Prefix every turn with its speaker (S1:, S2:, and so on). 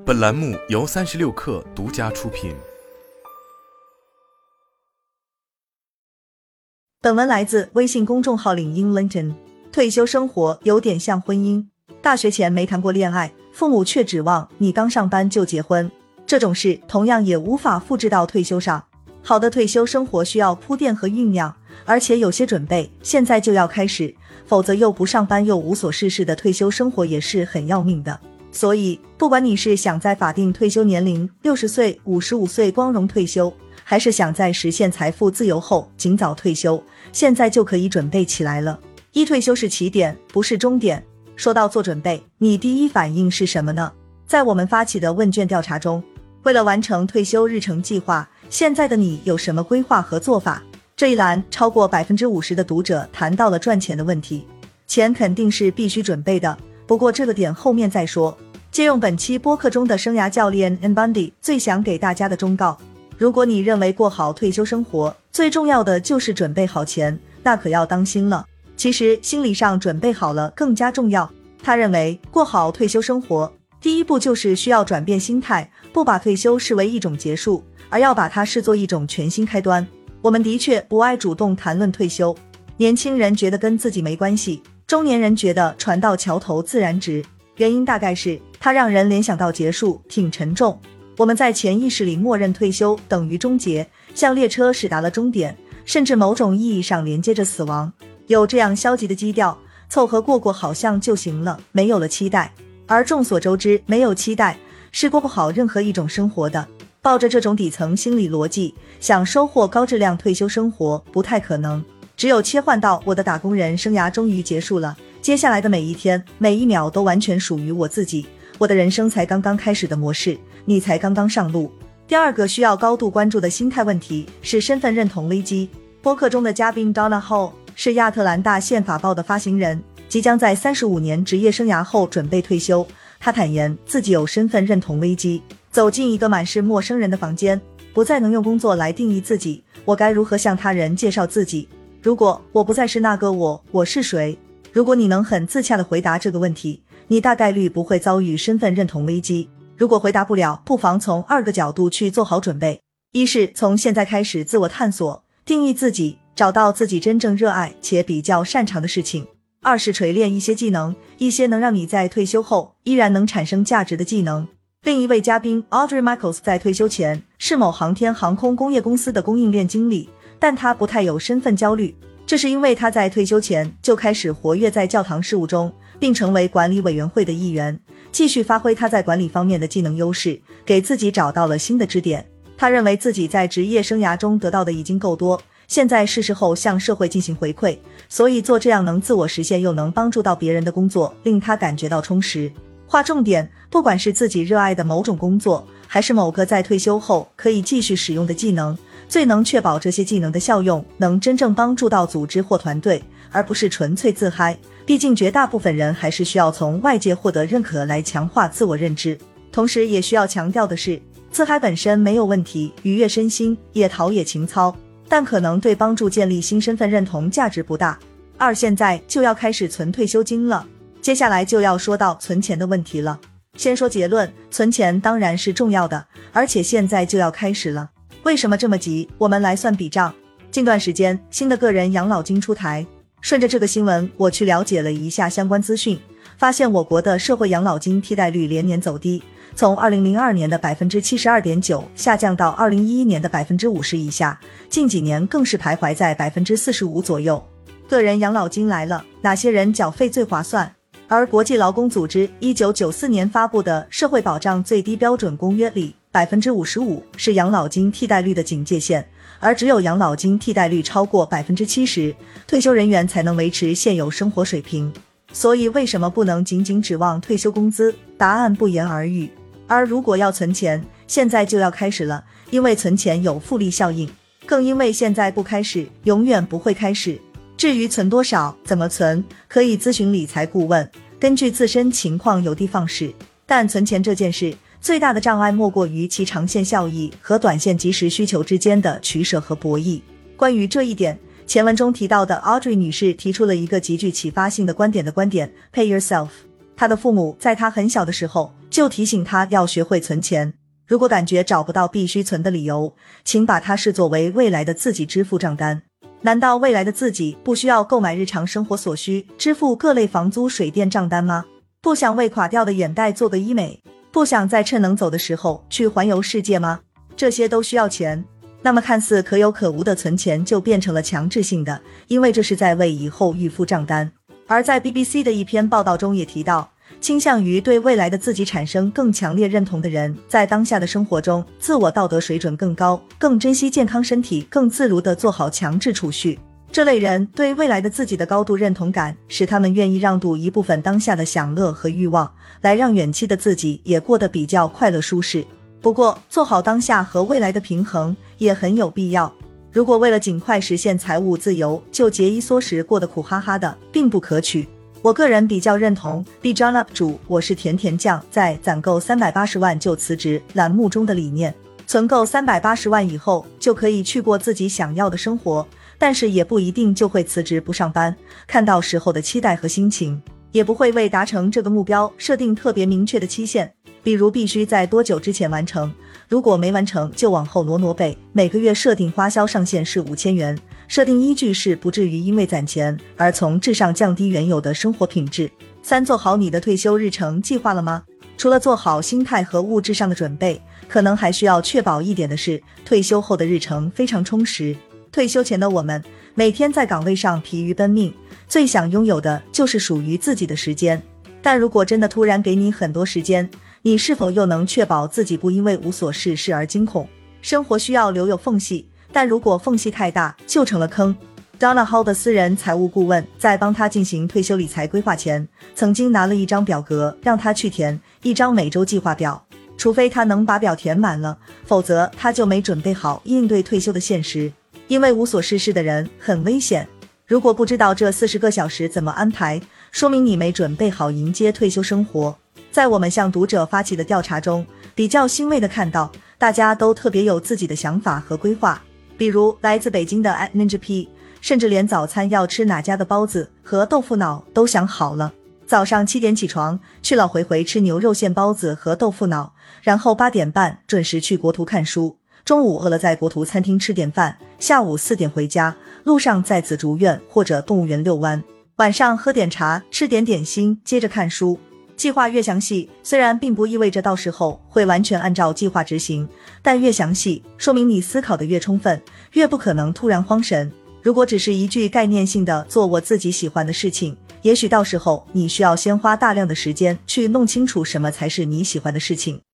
S1: 本栏目由36氪独家出品。
S2: 本文来自微信公众号领英 LinkedIn。 退休生活有点像婚姻，大学前没谈过恋爱，父母却指望你刚上班就结婚，这种事同样也无法复制到退休上。好的退休生活需要铺垫和酝酿，而且有些准备现在就要开始，否则又不上班又无所事事的退休生活也是很要命的。所以不管你是想在法定退休年龄60岁、55岁光荣退休，还是想在实现财富自由后尽早退休，现在就可以准备起来了。退休是起点，不是终点。说到做准备，你第一反应是什么呢？在我们发起的问卷调查中，为了完成退休日程计划，现在的你有什么规划和做法？这一栏超过 50% 的读者谈到了赚钱的问题。钱肯定是必须准备的，不过这个点后面再说。借用本期播客中的生涯教练 N Bundy 最想给大家的忠告，如果你认为过好退休生活最重要的就是准备好钱，那可要当心了。其实心理上准备好了更加重要。他认为过好退休生活第一步就是需要转变心态，不把退休视为一种结束，而要把它视作一种全新开端。我们的确不爱主动谈论退休，年轻人觉得跟自己没关系，中年人觉得船到桥头自然直，原因大概是它让人联想到结束挺沉重。我们在潜意识里默认退休等于终结，像列车驶达了终点，甚至某种意义上连接着死亡。有这样消极的基调，凑合过过好像就行了，没有了期待。而众所周知，没有期待是过不好任何一种生活的。抱着这种底层心理逻辑，想收获高质量退休生活不太可能。只有切换到我的打工人生涯终于结束了，接下来的每一天每一秒都完全属于我自己，我的人生才刚刚开始的模式，你才刚刚上路。第二个需要高度关注的心态问题是身份认同危机。播客中的嘉宾 Donna Ho 是亚特兰大宪法报的发行人，即将在35年职业生涯后准备退休。他坦言自己有身份认同危机，走进一个满是陌生人的房间，不再能用工作来定义自己，我该如何向他人介绍自己？如果我不再是那个我是谁？如果你能很自洽地回答这个问题，你大概率不会遭遇身份认同危机。如果回答不了，不妨从2个角度去做好准备。一是从现在开始自我探索，定义自己，找到自己真正热爱且比较擅长的事情。二是锤炼一些技能，一些能让你在退休后依然能产生价值的技能。另一位嘉宾 Audrey Michaels 在退休前是某航天航空工业公司的供应链经理，但他不太有身份焦虑，这是因为他在退休前就开始活跃在教堂事务中，并成为管理委员会的一员，继续发挥他在管理方面的技能优势，给自己找到了新的支点。他认为自己在职业生涯中得到的已经够多，现在是时候向社会进行回馈，所以做这样能自我实现又能帮助到别人的工作，令他感觉到充实。划重点，不管是自己热爱的某种工作，还是某个在退休后可以继续使用的技能，最能确保这些技能的效用能真正帮助到组织或团队，而不是纯粹自嗨。毕竟绝大部分人还是需要从外界获得认可来强化自我认知。同时也需要强调的是，自嗨本身没有问题，愉悦身心，也陶冶情操，但可能对帮助建立新身份认同价值不大。二，现在就要开始存退休金了。接下来就要说到存钱的问题了。先说结论，存钱当然是重要的，而且现在就要开始了。为什么这么急？我们来算笔账。近段时间，新的个人养老金出台，顺着这个新闻，我去了解了一下相关资讯，发现我国的社会养老金替代率连年走低，从2002年的 72.9% 下降到2011年的 50% 以下，近几年更是徘徊在 45% 左右。个人养老金来了，哪些人缴费最划算？而国际劳工组织1994年发布的社会保障最低标准公约里， 55% 是养老金替代率的警戒线，而只有养老金替代率超过 70%， 退休人员才能维持现有生活水平。所以为什么不能仅仅指望退休工资？答案不言而喻。而如果要存钱，现在就要开始了，因为存钱有复利效应，更因为现在不开始，永远不会开始。至于存多少，怎么存，可以咨询理财顾问，根据自身情况有的放矢。但存钱这件事，最大的障碍莫过于其长线效益和短线即时需求之间的取舍和博弈。关于这一点，前文中提到的 Audrey 女士提出了一个极具启发性的观点 Pay yourself。 他的父母在他很小的时候就提醒他要学会存钱，如果感觉找不到必须存的理由，请把它视作为未来的自己支付账单。难道未来的自己不需要购买日常生活所需，支付各类房租水电账单吗？不想为垮掉的眼袋做个医美，不想在趁能走的时候去环游世界吗？这些都需要钱。那么看似可有可无的存钱就变成了强制性的，因为这是在为以后预付账单。而在 BBC 的一篇报道中也提到，倾向于对未来的自己产生更强烈认同的人，在当下的生活中自我道德水准更高，更珍惜健康身体，更自如地做好强制储蓄。这类人对未来的自己的高度认同感，使他们愿意让渡一部分当下的享乐和欲望，来让远期的自己也过得比较快乐舒适。不过，做好当下和未来的平衡也很有必要。如果为了尽快实现财务自由，就节衣缩食过得苦哈哈的，并不可取。我个人比较认同 Be John Up 主我是甜甜酱在攒够380万就辞职栏目中的理念，存够380万以后就可以去过自己想要的生活，但是也不一定就会辞职不上班，看到时候的期待和心情，也不会为达成这个目标设定特别明确的期限，比如必须在多久之前完成，如果没完成就往后挪背，每个月设定花销上限是5000元，设定依据是不至于因为攒钱而从质上降低原有的生活品质。3做好你的退休日程计划了吗？除了做好心态和物质上的准备，可能还需要确保一点的是，退休后的日程非常充实。退休前的我们，每天在岗位上疲于奔命，最想拥有的就是属于自己的时间。但如果真的突然给你很多时间，你是否又能确保自己不因为无所事事而惊恐？生活需要留有缝隙，但如果缝隙太大，就成了坑。Donna Hall 的私人财务顾问在帮他进行退休理财规划前，曾经拿了一张表格让他去填，一张每周计划表。除非他能把表填满了，否则他就没准备好应对退休的现实。因为无所事事的人很危险，如果不知道这40个小时怎么安排，说明你没准备好迎接退休生活。在我们向读者发起的调查中，比较欣慰地看到，大家都特别有自己的想法和规划。比如来自北京的 @ninjaP， 甚至连早餐要吃哪家的包子和豆腐脑都想好了。早上7点起床，去老回回吃牛肉馅包子和豆腐脑，然后8点半准时去国图看书，中午饿了在国图餐厅吃点饭，下午4点回家，路上在紫竹院或者动物园遛弯，晚上喝点茶，吃点点心，接着看书。计划越详细，虽然并不意味着到时候会完全按照计划执行，但越详细，说明你思考的越充分，越不可能突然慌神。如果只是一句概念性的做我自己喜欢的事情，也许到时候你需要先花大量的时间去弄清楚什么才是你喜欢的事情。